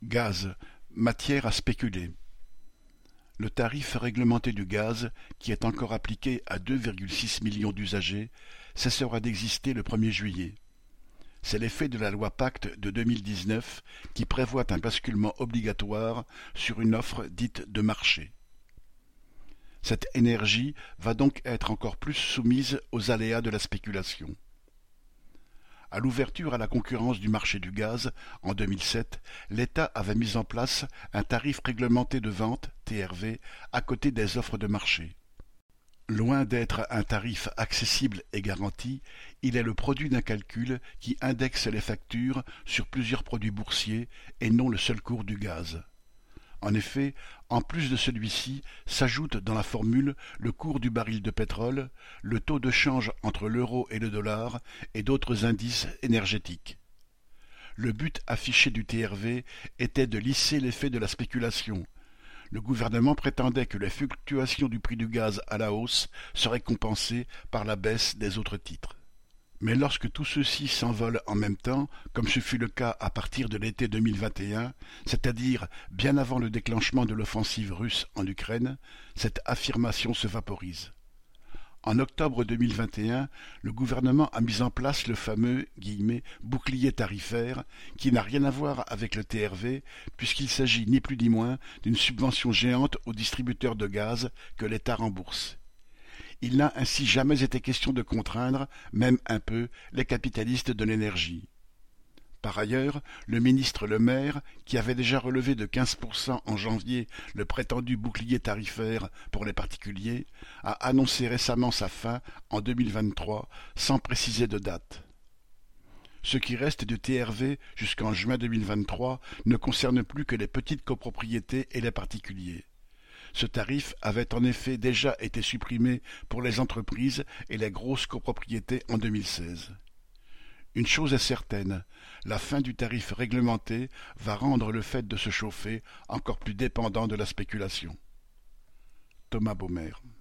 Gaz, matière à spéculer. Le tarif réglementé du gaz, qui est encore appliqué à 2,6 millions d'usagers, cessera d'exister le 1er juillet. C'est l'effet de la loi Pacte de 2019 qui prévoit un basculement obligatoire sur une offre dite de marché. Cette énergie va donc être encore plus soumise aux aléas de la spéculation. À l'ouverture à la concurrence du marché du gaz, en 2007, l'État avait mis en place un tarif réglementé de vente, TRV, à côté des offres de marché. Loin d'être un tarif accessible et garanti, il est le produit d'un calcul qui indexe les factures sur plusieurs produits boursiers et non le seul cours du gaz. En effet, en plus de celui-ci, s'ajoute dans la formule le cours du baril de pétrole, le taux de change entre l'euro et le dollar et d'autres indices énergétiques. Le but affiché du TRV était de lisser l'effet de la spéculation. Le gouvernement prétendait que les fluctuations du prix du gaz à la hausse seraient compensées par la baisse des autres titres. Mais lorsque tout ceci s'envole en même temps, comme ce fut le cas à partir de l'été 2021, c'est-à-dire bien avant le déclenchement de l'offensive russe en Ukraine, cette affirmation se vaporise. En octobre 2021, le gouvernement a mis en place le fameux « bouclier tarifaire » qui n'a rien à voir avec le TRV puisqu'il s'agit ni plus ni moins d'une subvention géante aux distributeurs de gaz que l'État rembourse. Il n'a ainsi jamais été question de contraindre, même un peu, les capitalistes de l'énergie. Par ailleurs, le ministre Le Maire, qui avait déjà relevé de 15% en janvier le prétendu bouclier tarifaire pour les particuliers, a annoncé récemment sa fin en 2023 sans préciser de date. Ce qui reste du TRV jusqu'en juin 2023 ne concerne plus que les petites copropriétés et les particuliers. Ce tarif avait en effet déjà été supprimé pour les entreprises et les grosses copropriétés en 2016. Une chose est certaine, la fin du tarif réglementé va rendre le fait de se chauffer encore plus dépendant de la spéculation. Thomas Baumer.